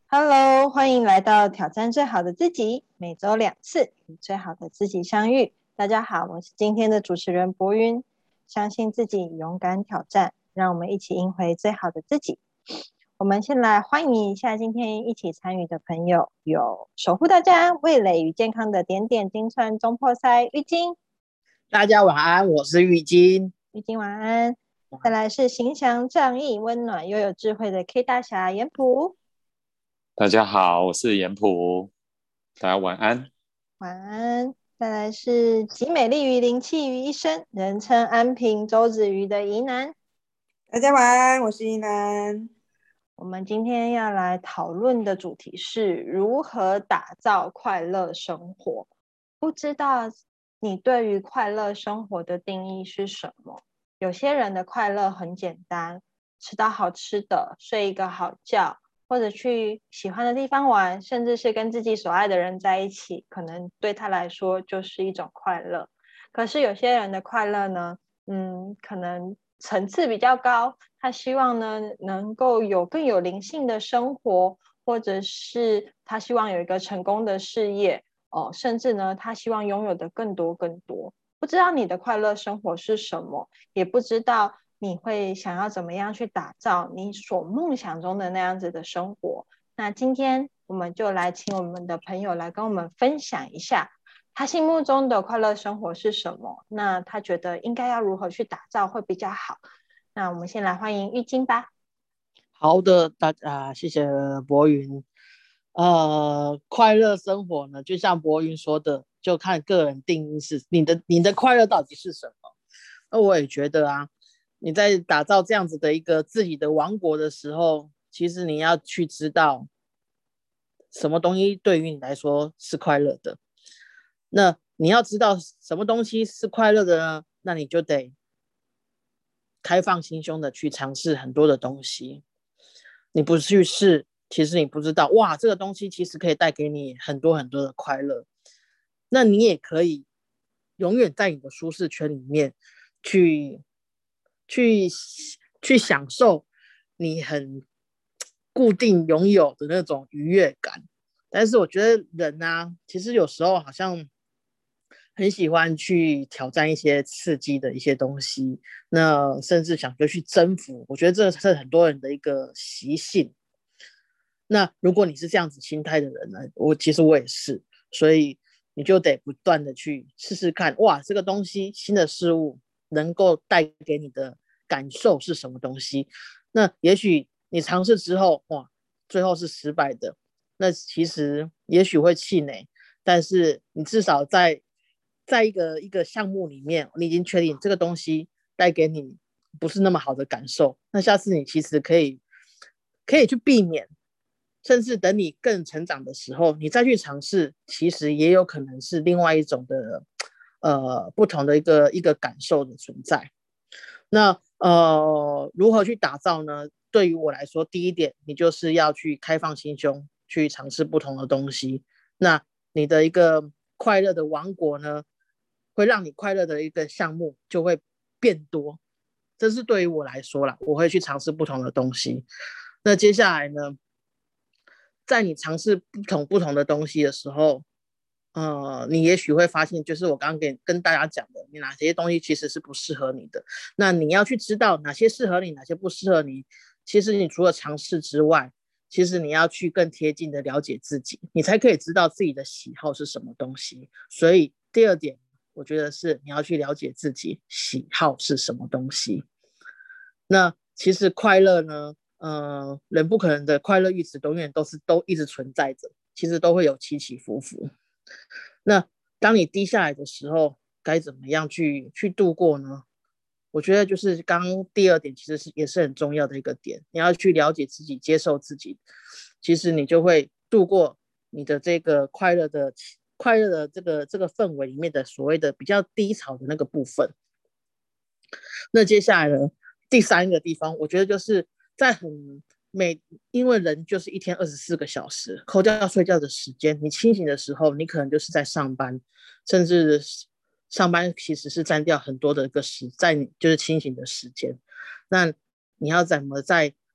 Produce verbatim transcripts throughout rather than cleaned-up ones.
Hello，欢迎来到挑战最好的自己，每周两次与最好的自己相遇。大家好，我是今天的主持人博云。相信自己，勇敢挑战，让我们一起赢回最好的自己。我们先来欢迎一下今天一起参与的朋友，有守护大家味蕾与健康的点点金钻中破塞玉晶。 大家晚安，我是玉晶。 玉晶晚安。再来是形象仗义、温暖又有智慧的 K 大侠严普。 大家好，我是严普，大家晚安。 晚安。再来是集美丽于灵气于一身，人称安平周子瑜的宜南。 大家晚安，我是宜南。 我们今天要来讨论的主题是如何打造快乐生活。不知道你对于快乐生活的定义是什么？有些人的快乐很简单，吃到好吃的，睡一个好觉，或者去喜欢的地方玩，甚至是跟自己所爱的人在一起，可能对他来说就是一种快乐。可是有些人的快乐呢，嗯，可能层次比较高，他希望呢能够有更有灵性的生活，或者是他希望有一个成功的事业，哦，甚至呢他希望拥有的更多更多。不知道你的快乐生活是什么，也不知道你会想要怎么样去打造你所梦想中的那样子的生活。那今天我们就来请我们的朋友来跟我们分享一下他心目中的快乐生活是什么，那他觉得应该要如何去打造会比较好。那我们先来欢迎玉晶吧。 好的，大家、啊、谢谢博云。呃，快乐生活呢，就像博云说的，就看个人定义是你的你的快乐到底是什么。那我也觉得啊，你在打造这样子的一个自己的王国的时候，其实你要去知道什么东西对于你来说是快乐的。那你要知道什么东西是快乐的呢？那你就得开放心胸的去尝试很多的东西。你不去试，其实你不知道，哇，这个东西其实可以带给你很多很多的快乐。那你也可以永远在你的舒适圈里面去去去享受你很固定拥有的那种愉悦感。但是我觉得人啊，其实有时候好像很喜欢去挑战一些刺激的一些东西，那甚至想就去征服。我觉得这是很多人的一个习性。那如果你是这样子心态的人呢，我其实我也是，所以你就得不断的去试试看，哇，这个东西新的事物能够带给你的感受是什么东西。那也许你尝试之后，哇，最后是失败的，那其实也许会气馁，但是你至少在在一个一个项目里面，你已经确定这个东西带给你不是那么好的感受，那下次你其实可以可以去避免，甚至等你更成长的时候，你再去尝试，其实也有可能是另外一种的呃不同的一个一个感受的存在。那呃如何去打造呢？对于我来说，第一点，你就是要去开放心胸，去尝试不同的东西。那你的一个快乐的王国呢，会让你快乐的一个项目就会变多。这是对于我来说啦，我会去尝试不同的东西。那接下来呢，在你尝试不同不同的东西的时候，呃，你也许会发现，就是我刚刚跟跟大家讲的，你哪些东西其实是不适合你的。那你要去知道哪些适合你，哪些不适合你。其实你除了尝试之外，其实你要去更贴近的了解自己，你才可以知道自己的喜好是什么东西。所以第二点，我觉得是你要去了解自己喜好是什么东西。那其实快乐呢，呃，人不可能的快乐阈值永远都是都一直存在着，其实都会有起起伏伏。那当你低下来的时候，该怎么样去去度过呢？我觉得就是刚刚第二点，其实是也是很重要的一个点，你要去了解自己，接受自己，其实你就会度过你的这个快乐的快乐的这个这个氛围里面的所谓的比较低潮的那个部分。那接下来呢，第三个地方，我觉得就是在很每因为人就是一天二十四个小时，扣掉睡觉的时间，你清醒的时候，你可能就是在上班，甚至上班其实是占掉很多的一个时，在你就是清醒的时间。那你要怎么在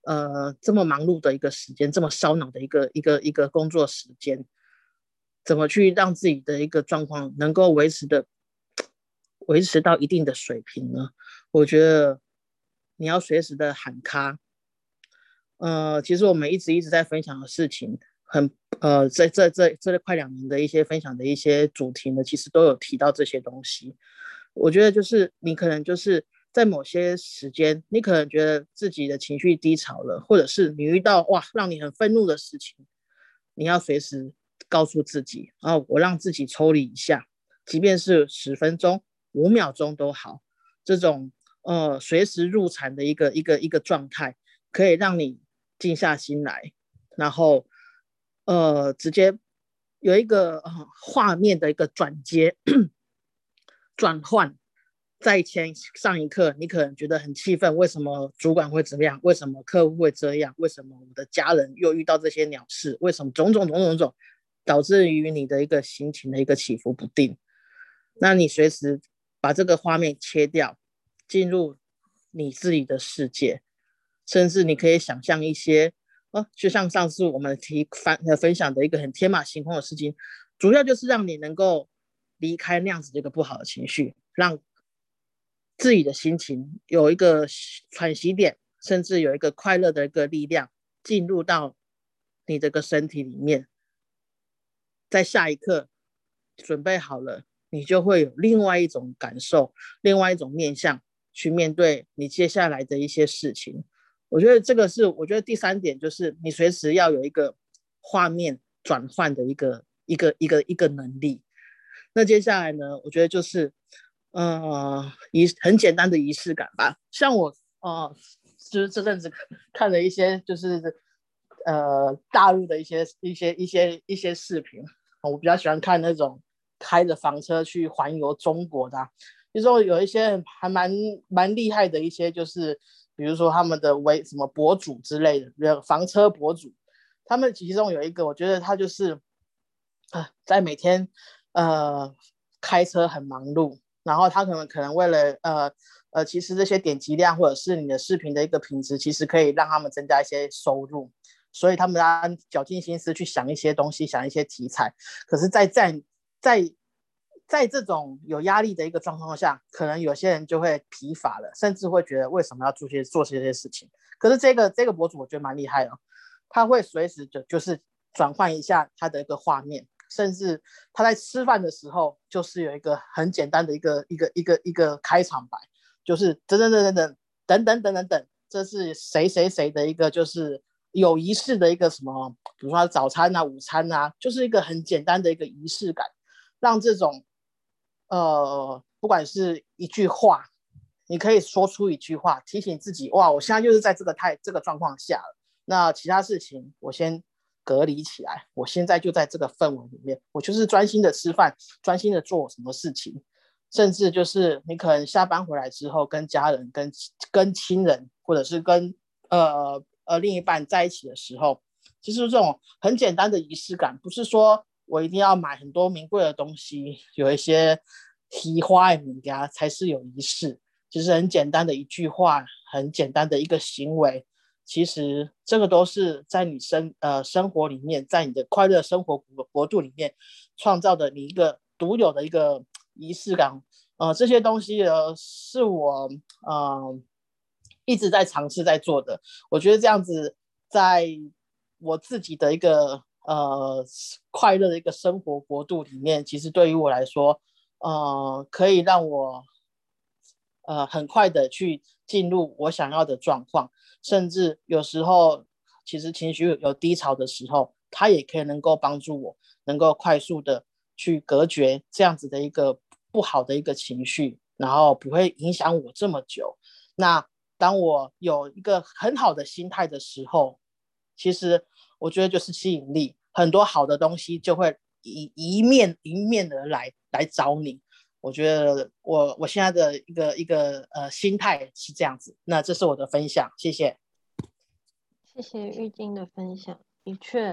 呃这么忙碌的一个时间，这么烧脑的一个一个一个工作时间，怎么去让自己的一个状况能够维持的维持到一定的水平呢？我觉得你要随时的喊卡。呃，其实我们一直一直在分享的事情，很呃，在这这这快两年的一些分享的一些主题呢，其实都有提到这些东西。我觉得就是你可能就是在某些时间，你可能觉得自己的情绪低潮了，或者是你遇到哇让你很愤怒的事情，你要随时告诉自己，然后我让自己抽离一下，即便是十分钟、五秒钟都好，这种呃随时入禅的一个一个一个状态，可以让你静下心来，然后呃直接有一个、呃、画面的一个转接转换。在前上一刻你可能觉得很气愤，为什么主管会怎么样，为什么客户会这样，为什么我的家人又遇到这些鸟事，为什么种种种种种导致于你的一个心情的一个起伏不定。那你随时把这个画面切掉，进入你自己的世界，甚至你可以想象一些、哦、就像上次我们提分享的一个很天马行空的事情，主要就是让你能够离开那样子的一个不好的情绪，让自己的心情有一个喘息点，甚至有一个快乐的一个力量进入到你这个身体里面。在下一刻准备好了，你就会有另外一种感受，另外一种面向去面对你接下来的一些事情。我觉得这个是我觉得第三点，就是你随时要有一个画面转换的一个一个一个一个能力。那接下来呢，我觉得就是呃仪很简单的仪式感吧。像我呃就是这阵子看了一些就是呃大陆的一些一些一些一些视频，我比较喜欢看那种开着房车去环游中国的、啊，就是说有一些还蛮蛮厉害的一些，就是比如说他们的微什么博主之类的房车博主，他们其中有一个我觉得他就是呃在每天呃开车很忙碌，然后他可能可能为了呃呃其实这些点击量或者是你的视频的一个品质，其实可以让他们增加一些收入，所以他们要绞尽心思去想一些东西，想一些题材。可是在在在在这种有压力的一个状况下，可能有些人就会疲乏了，甚至会觉得为什么要做些做这些事情。可是这个这个博主我觉得蛮厉害的，他会随时就就是转换一下他的一个画面，甚至他在吃饭的时候就是有一个很简单的一个一个一个一个开场白，就是等等等等等等等等等等，这是谁谁谁的一个就是有仪式的一个什么，比如说早餐啊午餐啊，就是一个很简单的一个仪式感，让这种呃不管是一句话，你可以说出一句话提醒自己，哇我现在就是在这个态这个状况下了，那其他事情我先隔离起来，我现在就在这个氛围里面，我就是专心的吃饭，专心的做什么事情，甚至就是你可能下班回来之后跟家人跟跟亲人或者是跟呃呃另一半在一起的时候，其实这种很简单的仪式感，不是说我一定要买很多名贵的东西，有一些提花的物件才是有仪式，其实很简单的一句话，很简单的一个行为，其实这个都是在你生呃生活里面，在你的快乐生活国度里面创造的你一个独有的一个仪式感。呃，这些东西呢是我呃一直在尝试在做的。我觉得这样子，在我自己的一个呃快乐的一个生活国度里面，其实对于我来说，呃，可以让我呃很快的去进入我想要的状况，甚至有时候其实情绪有低潮的时候，它也可以能够帮助我能够快速的去隔绝这样子的一个不好的一个情绪，然后不会影响我这么久。那当我有一个很好的心态的时候，其实我觉得就是吸引力，很多好的东西就会一一面迎面而来来找你。我觉得我我现在的一个一个呃心态是这样子。那这是我的分享，谢谢。 谢谢玉晶的分享。的确，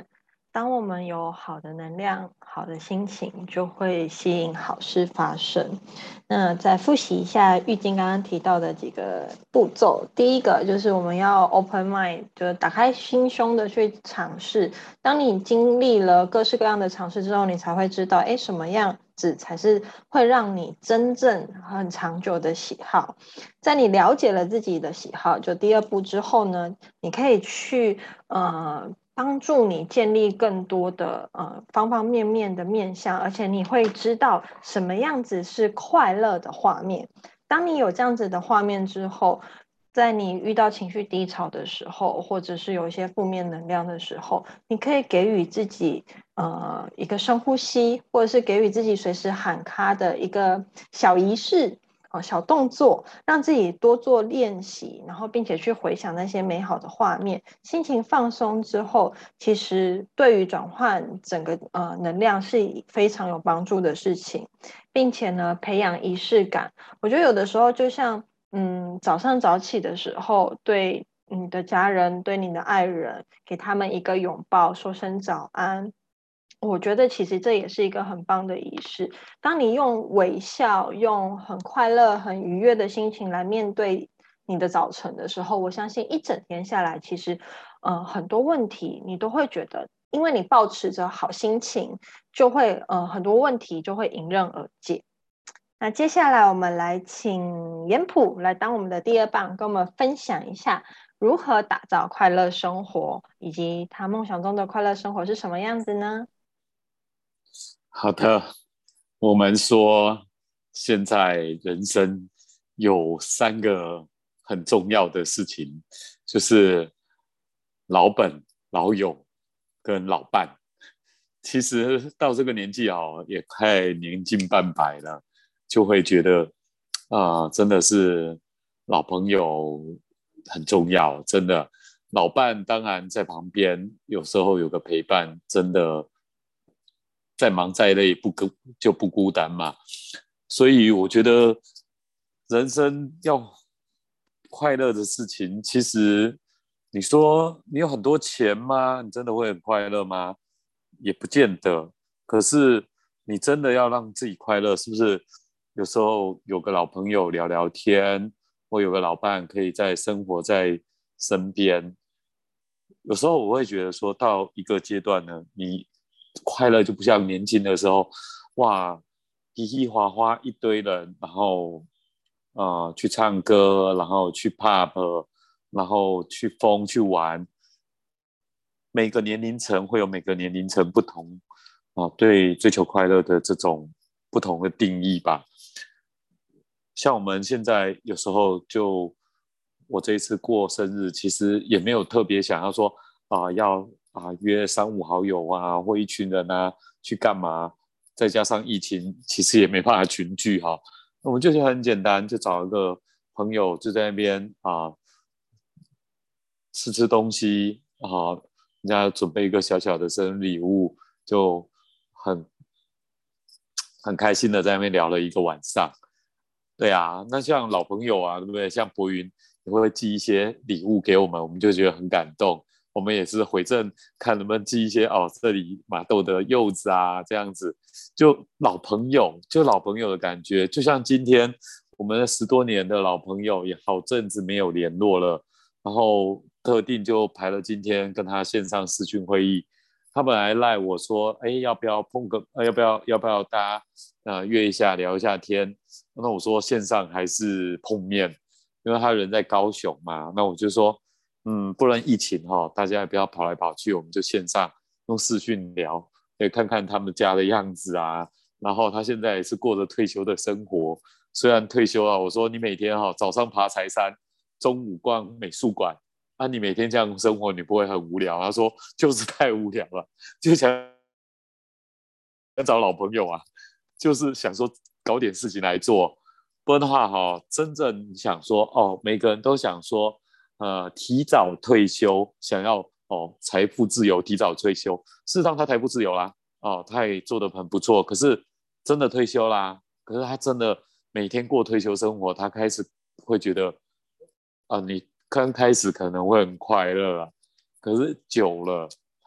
当我们有好的能量、好的心情，就会吸引好事发生。那再复习一下玉晶刚刚提到的几个步骤。第一个就是我们要 open mind， 就是打开心胸的去尝试。当你经历了各式各样的尝试之后，你才会知道，哎，什么样子才是会让你真正很长久的喜好。在你了解了自己的喜好，就第二步之后呢，你可以去呃。帮助你建立更多的呃方方面面的面向，而且你会知道什么样子是快乐的画面。当你有这样子的画面之后，在你遇到情绪低潮的时候，或者是有一些负面能量的时候，你可以给予自己呃一个深呼吸，或者是给予自己随时喊卡的一个小仪式。哦，小动作，让自己多做练习，然后并且去回想那些美好的画面，心情放松之后，其实对于转换整个呃能量是非常有帮助的事情，并且呢，培养仪式感。我觉得有的时候就像嗯早上早起的时候，对你的家人、对你的爱人，给他们一个拥抱，说声早安。我觉得其实这也是一个很棒的仪式。当你用微笑、用很快乐、很愉悦的心情来面对你的早晨的时候，我相信一整天下来，其实呃很多问题你都会觉得，因为你抱持着好心情，就会呃很多问题就会迎刃而解。那接下来我们来请颜普来当我们的第二棒，跟我们分享一下如何打造快乐生活，以及他梦想中的快乐生活是什么样子呢？ 好的，我们说现在人生有三个很重要的事情，就是老本、老友跟老伴。其实到这个年纪哦，也快年近半百了，就会觉得啊、呃真的是老朋友很重要，真的。老伴当然在旁边，有时候有个陪伴，真的再忙再累不孤就不孤单嘛。所以我觉得人生要快乐的事情，其实你说你有很多钱吗？你真的会很快乐吗？也不见得。可是你真的要让自己快乐，是不是？有时候有个老朋友聊聊天，或有个老伴可以在生活在身边。有时候我会觉得说到一个阶段呢，你快乐就不像年轻的时候，哇，嘻嘻哈哈一堆人，然后呃去唱歌，然后去 pub，然后去疯去玩。每个年龄层会有每个年龄层不同啊、呃对追求快乐的这种不同的定义吧。像我们现在有时候就，我这一次过生日，其实也没有特别想要说啊、呃要啊、呃约三五好友啊，或一群人啊去干嘛。再加上疫情，其实也没办法群聚哈。我们就是很简单，就找一个朋友就在那边啊、呃吃吃东西啊、人家准备一个小小的生日礼物，就很很开心的在那边聊了一个晚上。对啊，那像老朋友啊，对不对？像博云也会寄一些礼物给我们，我们就觉得很感动。我们也是回正看能不能寄一些哦，这里马豆的柚子啊，这样子，就老朋友，就老朋友的感觉。就像今天我们十多年的老朋友，也好阵子没有联络了，然后特定就排了今天跟他线上视讯会议。他本来赖我说，哎，要不要碰个，呃要不要要不要大家呃约一下聊一下天？那我说线上还是碰面，因为他人在高雄嘛。那我就说，嗯，不然疫情哈、哦，大家也不要跑来跑去，我们就线上用视讯聊，可以看看他们家的样子啊。然后他现在也是过着退休的生活，虽然退休了，我说你每天哈、哦、早上爬柴山，中午逛美术馆。啊，你每天这样生活，你不会很无聊？他说就是太无聊了，就想找老朋友啊，就是想说搞点事情来做。不然的话，哈，真正想说哦，每个人都想说，呃，提早退休，想要哦财富自由，提早退休。事实上，他财富自由啦，哦，他也做得很不错。可是真的退休啦，可是他真的每天过退休生活，他开始会觉得，啊、呃，你刚开始可能会很快乐啊，可是久了，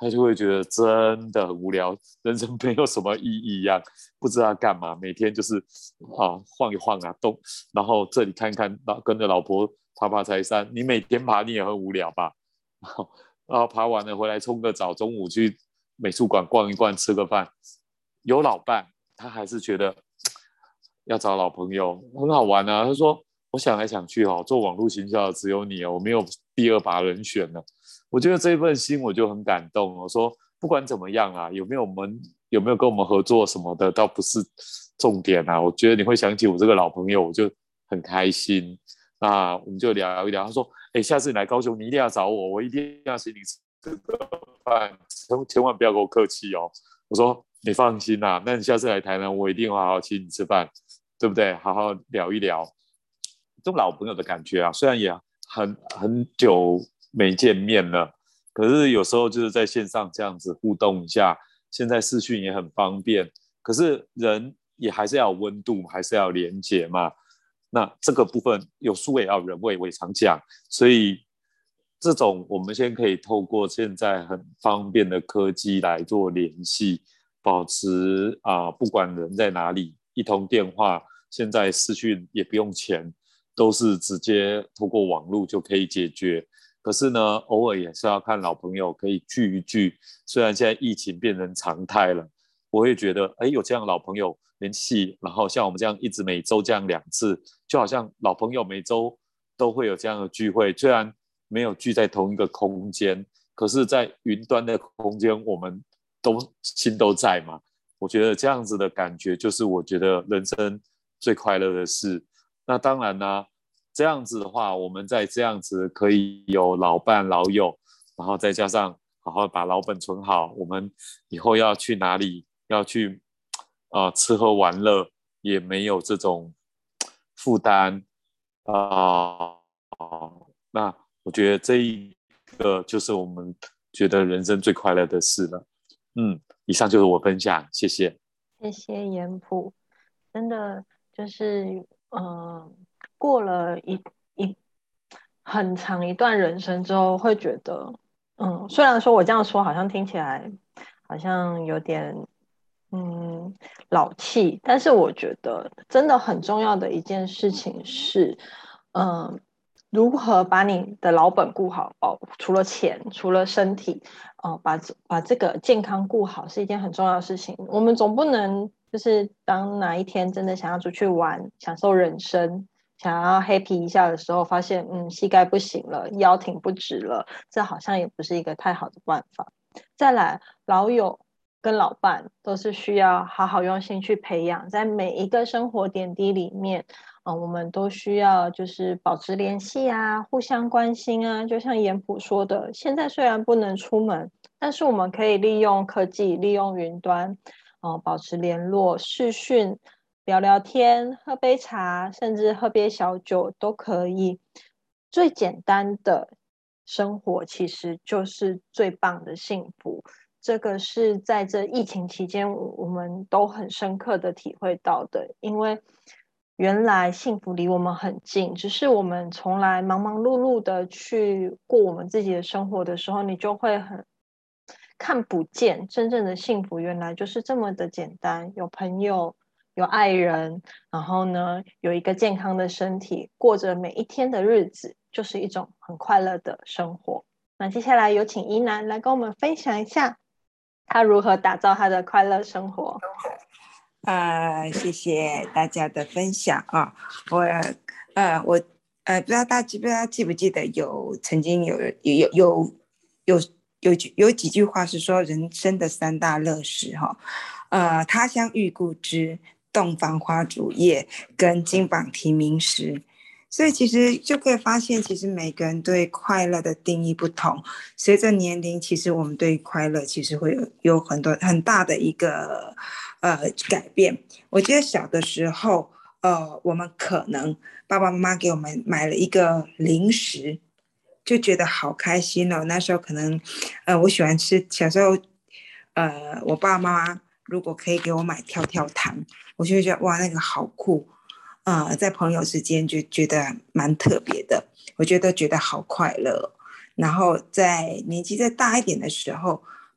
他就会觉得真的很无聊，人生没有什么意义一样，不知道干嘛，每天就是啊晃一晃啊动，然后这里看看，跟着老婆爬爬柴山，你每天爬你也很无聊吧？然后然后爬完了回来冲个澡，中午去美术馆逛一逛，吃个饭，有老伴，他还是觉得要找老朋友很好玩啊。他说我想来想去哦，做网络行销的只有你哦，我没有第二把人选了。我觉得这份心我就很感动。我说不管怎么样啊，有没有我们有没有跟我们合作什么的，倒不是重点啊。我觉得你会想起我这个老朋友，我就很开心。那我们就聊一聊。他说：“哎，下次你来高雄，你一定要找我，我一定要请你吃个饭，千万不要跟我客气哦。”我说：“你放心啦、啊，那你下次来台南，我一定会好好请你吃饭，对不对？好好聊一聊这种老朋友的感觉啊。虽然也很很久没见面了，可是有时候就是在线上这样子互动一下，现在视讯也很方便，可是人也还是要有温度，还是要连结嘛。那这个部分有术也要人味，我也常讲，所以这种我们先可以透过现在很方便的科技来做联系，保持啊、呃，不管人在哪里，一通电话，现在视讯也不用钱，都是直接透过网络就可以解决。可是呢，偶尔也是要看老朋友可以聚一聚。虽然现在疫情变成常态了，我会觉得，哎，有这样老朋友联系，然后像我们这样一直每周这样两次，就好像老朋友每周都会有这样的聚会。虽然没有聚在同一个空间，可是在云端的空间，我们都心都在嘛。我觉得这样子的感觉，就是我觉得人生最快乐的事。那当然呢、啊。这样子的话，我们再这样子可以有老伴老友，然后再加上好好把老本存好，我们以后要去哪里，要去呃吃喝玩乐，也没有这种负担啊、呃。那我觉得这一个就是我们觉得人生最快乐的事了。嗯，以上就是我分享，谢谢。 谢谢严普，真的就是嗯。呃过了一一很长一段人生之后，会觉得，嗯，虽然说我这样说好像听起来好像有点嗯老气，但是我觉得真的很重要的一件事情是，嗯，如何把你的老本顾好哦，除了钱，除了身体，哦，把把这个健康顾好是一件很重要的事情。我们总不能就是当哪一天真的想要出去玩，享受人生。想要 happy 一下的时候，发现嗯膝盖不行了，腰挺不直了，这好像也不是一个太好的办法。再来，老友跟老伴都是需要好好用心去培养，在每一个生活点滴里面，呃、我们都需要就是保持联系啊，互相关心啊。就像严普说的，现在虽然不能出门，但是我们可以利用科技，利用云端，呃、保持联络，视讯。聊聊天，喝杯茶，甚至喝杯小酒都可以。最简单的生活其实就是最棒的幸福。这个是在这疫情期间我们都很深刻的体会到的，因为原来幸福离我们很近，只是我们从来忙忙碌碌的去过我们自己的生活的时候，你就会很看不见真正的幸福原来就是这么的简单，有朋友，有爱人，然后呢，有一个健康的身体，过着每一天的日子，就是一种很快乐的生活。那接下来有请宜南来跟我们分享一下，他如何打造他的快乐生活。 呃，谢谢大家的分享啊！我呃我呃不知道大家不知道记不记得有曾经有有有有有有几句话是说人生的三大乐事哈，呃他乡遇故知、洞房花烛夜跟金榜题名时。所以其实就可以发现，其实每个人对快乐的定义不同。随着年龄，其实我们对快乐其实会有有很多很大的一个呃改变。我记得小的时候，呃，我们可能爸爸妈妈给我们买了一个零食，就觉得好开心哦。那时候可能，呃，我喜欢吃，小时候，呃，我爸爸妈妈如果可以给我买跳跳糖，我就会觉得哇，那个好酷。呃，在朋友之间就觉得蛮特别的，我觉得觉得好快乐。然后在年纪再大一点的时候，爸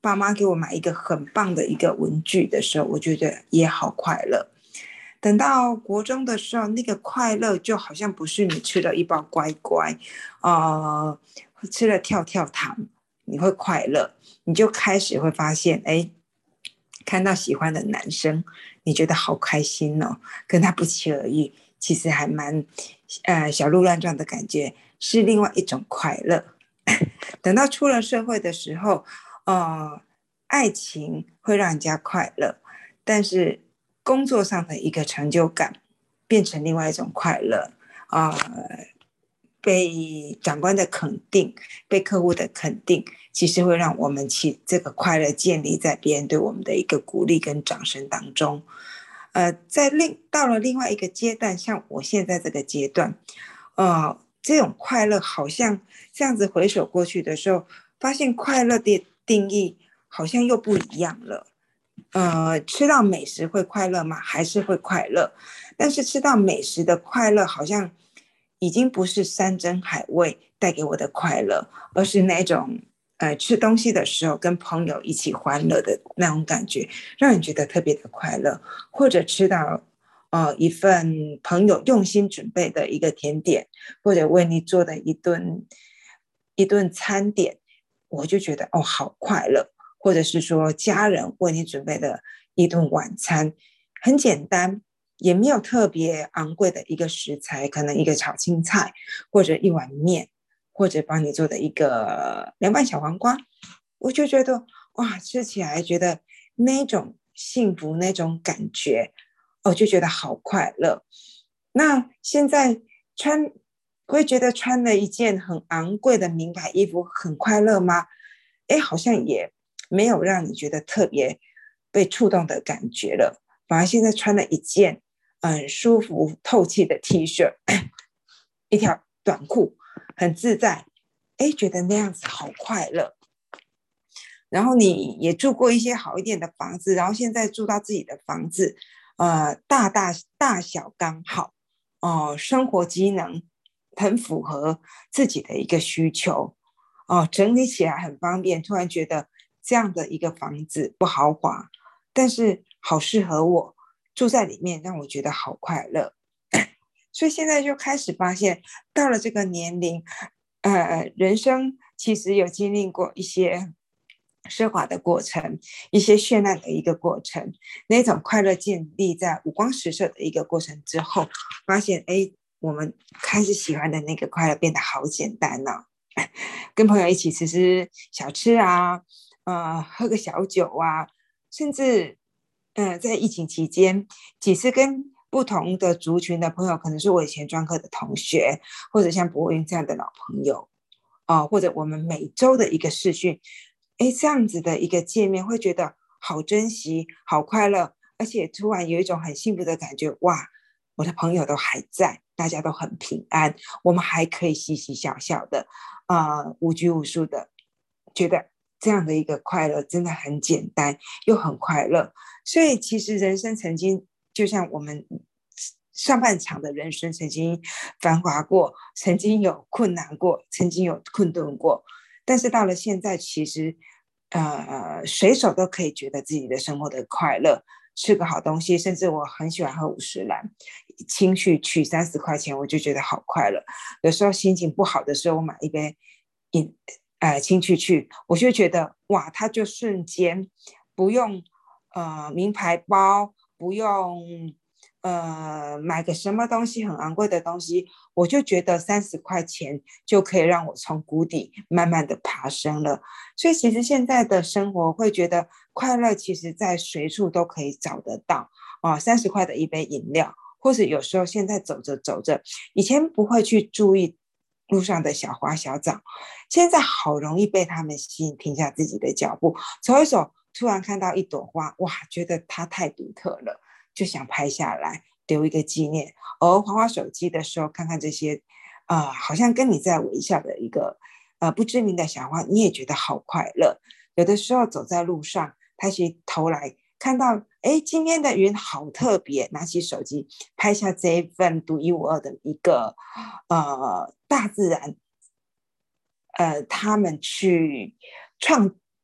爸妈给我买一个很棒的一个文具的时候，我觉得也好快乐。等到国中的时候，那个快乐就好像不是你吃了一包乖乖，呃，吃了跳跳糖你会快乐，你就开始会发现，哎，看到喜欢的男生，你觉得好开心哦，跟他不期而遇，其实还蛮呃小鹿乱撞的感觉，是另外一种快乐。等到出了社会的时候，呃，爱情会让人家快乐，但是工作上的一个成就感变成另外一种快乐啊、呃，被长官的肯定，被客户的肯定，其实会让我们其这个快乐建立在别人对我们的一个鼓励跟掌声当中。呃，在另到了另外一个阶段，像我现在这个阶段，呃，这种快乐好像这样子回首过去的时候，发现快乐的定义好像又不一样了。呃，吃到美食会快乐吗？还是会快乐？但是吃到美食的快乐好像已经不是山珍海味带给我的快乐，而是那种呃吃东西的时候跟朋友一起欢乐的那种感觉，让人觉得特别的快乐。或者吃到呃一份朋友用心准备的一个甜点，或者为你做的一顿一顿餐点，我就觉得哦好快乐。或者是说家人为你准备的一顿晚餐，很简单，也没有特别昂贵的一个食材，可能一个炒青菜，或者一碗面，或者帮你做的一个凉拌小黄瓜，我就觉得哇，吃起来觉得那种幸福，那种感觉，我就觉得好快乐。那现在穿会觉得穿了一件很昂贵的名牌衣服很快乐吗？哎，好像也没有让你觉得特别被触动的感觉了，反而现在穿了一件很舒服透气的 T 恤，一条短裤，很自在，哎，觉得那样子好快乐。然后你也住过一些好一点的房子，然后现在住到自己的房子，呃，大大大小刚好，哦、呃，生活机能很符合自己的一个需求，哦、呃，整理起来很方便。突然觉得这样的一个房子不豪华，但是好适合我住在里面，让我觉得好快乐。所以现在就开始发现，到了这个年龄，呃，人生其实有经历过一些奢华的过程，一些绚烂的一个过程，那种快乐建立在五光十色的一个过程之后，发现哎，我们开始喜欢的那个快乐变得好简单哦，跟朋友一起吃吃小吃啊，呃，喝个小酒啊，甚至呃，在疫情期间几次跟不同的族群的朋友，可能是我以前专科的同学，或者像博云这样的老朋友，哦、呃，或者我们每周的一个视讯，哎，这样子的一个见面，会觉得好珍惜、好快乐，而且突然有一种很幸福的感觉。哇，我的朋友都还在，大家都很平安，我们还可以嘻嘻笑笑的，啊、呃，无拘无束的，觉得这样的一个快乐真的很简单又很快乐。所以其实人生曾经就像我们上半场的人生，曾经繁华过，曾经有困难过，曾经有困顿过，但是到了现在，其实呃随手都可以觉得自己的生活的快乐，吃个好东西，甚至我很喜欢喝五十兰，轻去取三十块钱，我就觉得好快乐。有时候心情不好的时候，我买一杯饮呃轻去去，我就觉得哇，它就瞬间不用呃名牌包，不用呃买个什么东西很昂贵的东西，我就觉得三十块钱就可以让我从谷底慢慢的爬升了。所以其实现在的生活会觉得快乐，其实在随处都可以找得到啊，三十块的一杯饮料，或者有时候现在走着走着，以前不会去注意路上的小花小草，现在好容易被他们吸引，停下自己的脚步，走一走，突然看到一朵花，哇，觉得它太独特了，就想拍下来留一个纪念。而滑滑手机的时候，看看这些，呃，好像跟你在微笑的一个呃不知名的小花，你也觉得好快乐。有的时候走在路上，抬起头来看到，哎，今天的云好特别，拿起手机拍下这一份独一无二的一个呃大自然，呃，他们去创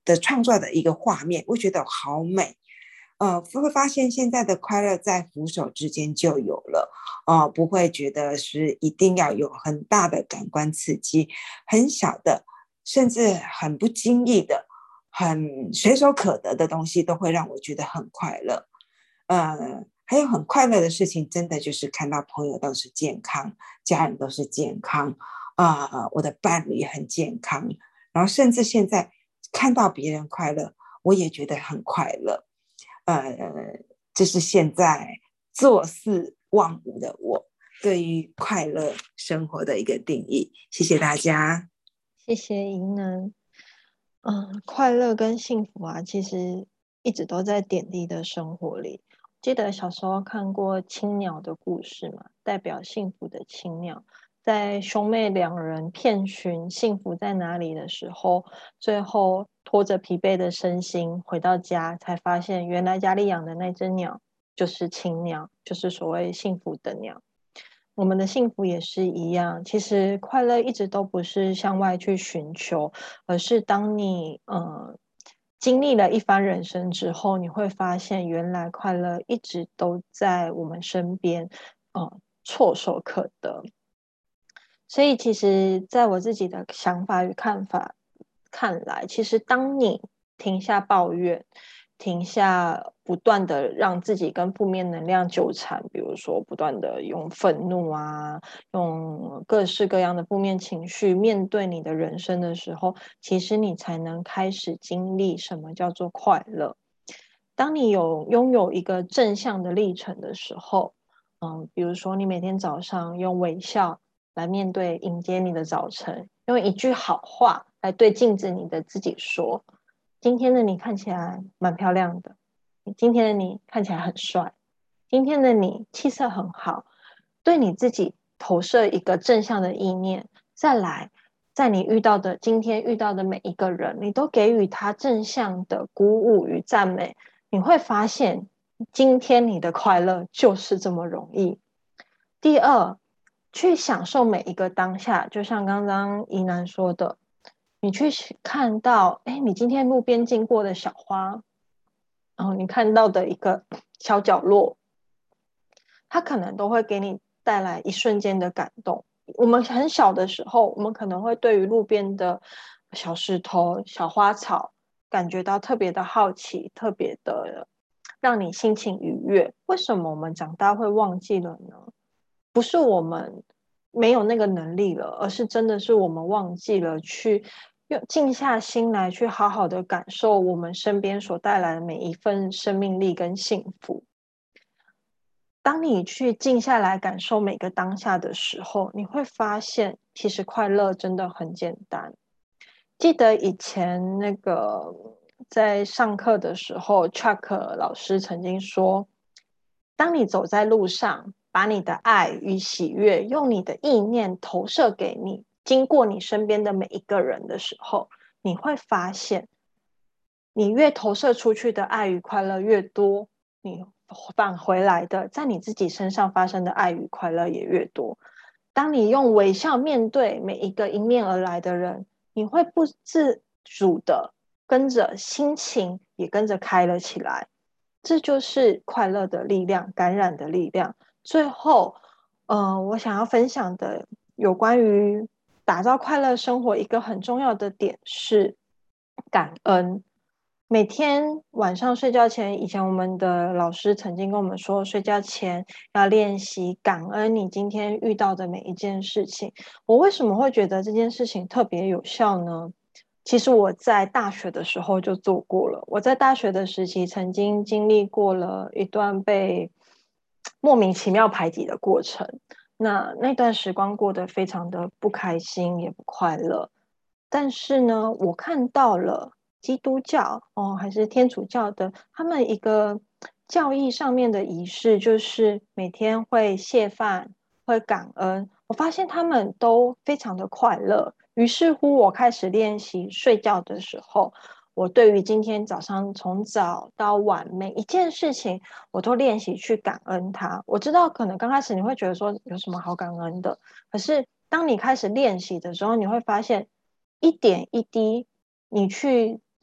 的创作的一个画面，我觉得好美。呃，会发现现在的快乐在扶手之间就有了，呃，不会觉得是一定要有很大的感官刺激，很小的，甚至很不经意的，很随手可得的东西都会让我觉得很快乐。呃，还有很快乐的事情，真的就是看到朋友都是健康，家人都是健康，啊、呃，我的伴侣很健康，然后甚至现在看到别人快乐，我也觉得很快乐。呃，这是现在坐四望五的我对于快乐生活的一个定义。谢谢大家。 谢谢银能。嗯，快乐跟幸福啊，其实一直都在点滴的生活里。记得小时候看过青鸟的故事嘛，代表幸福的青鸟，在兄妹两人遍寻幸福在哪里的时候，最后拖着疲惫的身心回到家，才发现原来家里养的那只鸟就是青鸟，就是所谓幸福的鸟。我们的幸福也是一样，其实快乐一直都不是向外去寻求，而是当你呃经历了一番人生之后，你会发现原来快乐一直都在我们身边，呃，唾手可得。所以其实在我自己的想法与看法看来，其实当你停下抱怨，停下不断的让自己跟负面能量纠缠，比如说不断的用愤怒啊，用各式各样的负面情绪面对你的人生的时候，其实你才能开始经历什么叫做快乐。当你有拥有一个正向的历程的时候，嗯，比如说你每天早上用微笑来面对迎接你的早晨，用一句好话来对镜子你的自己说，今天的你看起来蛮漂亮的，今天的你看起来很帅，今天的你气色很好，对你自己投射一个正向的意念，再来在你遇到的今天遇到的每一个人，你都给予他正向的鼓舞与赞美，你会发现今天你的快乐就是这么容易。第二，去享受每一个当下，就像刚刚宜南说的，你去看到，哎，你今天路边经过的小花，然后你看到的一个小角落，它可能都会给你带来一瞬间的感动。我们很小的时候，我们可能会对于路边的小石头、小花草感觉到特别的好奇，特别的让你心情愉悦。为什么我们长大会忘记了呢？不是我们没有那个能力了，而是真的是我们忘记了去用静下心来，去好好的感受我们身边所带来的每一份生命力跟幸福。当你去静下来感受每个当下的时候，你会发现其实快乐真的很简单。记得以前那个在上课的时候 Chuck 老师曾经说，当你走在路上，把你的爱与喜悦用你的意念投射给你经过你身边的每一个人的时候，你会发现你越投射出去的爱与快乐越多，你返回来的在你自己身上发生的爱与快乐也越多。当你用微笑面对每一个迎面而来的人，你会不自主的跟着心情也跟着开了起来。这就是快乐的力量，感染的力量。最后，呃，我想要分享的有关于打造快乐生活一个很重要的点是感恩。每天晚上睡觉前，以前我们的老师曾经跟我们说，睡觉前要练习感恩你今天遇到的每一件事情。我为什么会觉得这件事情特别有效呢？其实我在大学的时候就做过了。我在大学的时期曾经经历过了一段被莫名其妙排挤的过程。那那段时光过得非常的不开心，也不快乐。但是呢，我看到了基督教哦，还是天主教的，他们一个教义上面的仪式，就是每天会谢饭，会感恩。我发现他们都非常的快乐。于是乎，我开始练习睡觉的时候，我对于今天早上从早到晚每一件事情，我都练习去感恩它。我知道可能刚开始你会觉得说有什么好感恩的，可是当你开始练习的时候，你会发现一点一滴，你去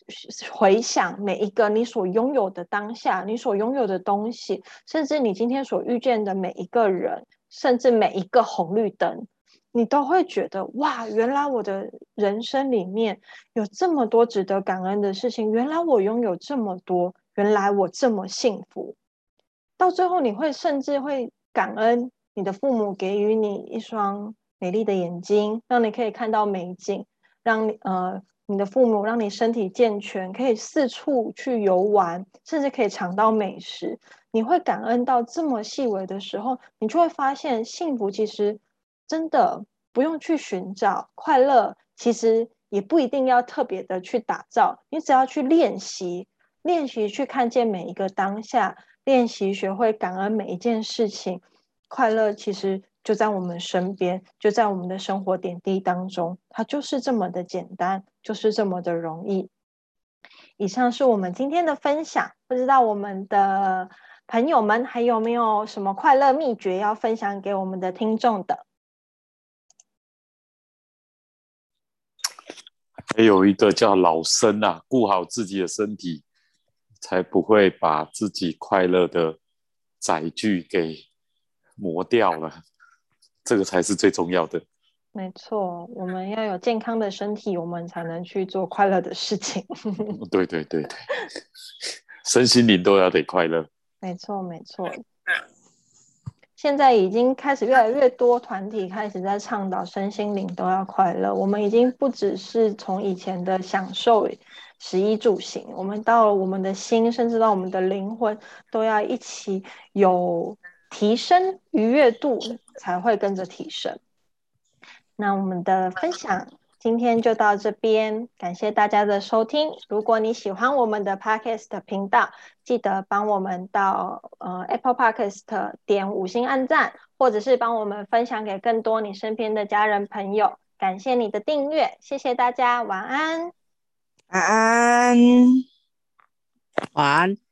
回想每一个你所拥有的当下，你所拥有的东西，甚至你今天所遇见的每一个人，甚至每一个红绿灯，你都会觉得哇，原来我的人生里面有这么多值得感恩的事情，原来我拥有这么多，原来我这么幸福。到最后你会甚至会感恩你的父母给予你一双美丽的眼睛，让你可以看到美景，让你呃你的父母让你身体健全，可以四处去游玩，甚至可以尝到美食。你会感恩到这么细微的时候，你就会发现幸福其实真的不用去寻找，快乐其实也不一定要特别的去打造，你只要去练习，练习去看见每一个当下，练习学会感恩每一件事情，快乐其实就在我们身边，就在我们的生活点滴当中，它就是这么的简单，就是这么的容易。以上是我们今天的分享，不知道我们的朋友们还有没有什么快乐秘诀要分享给我们的听众的？ 还有一个叫老生啊，顾好自己的身体，才不会把自己快乐的载具给磨掉了，这个才是最重要的。 没错，我们要有健康的身体，我们才能去做快乐的事情。 对对对对，身心灵都要得快乐。 没错没错，现在已经开始越来越多团体开始在倡导身心灵都要快乐，我们已经不只是从以前的享受食衣住行，我们到了我们的心，甚至到我们的灵魂都要一起有提升，愉悦度才会跟着提升。那我们的分享今天就到这边，感谢大家的收听。如果你喜欢我们的 Podcast 频道，记得帮我们到、呃、Apple Podcast 点五星按赞，或者是帮我们分享给更多你身边的家人朋友。感谢你的订阅，谢谢大家，晚安。 晚安。 晚安。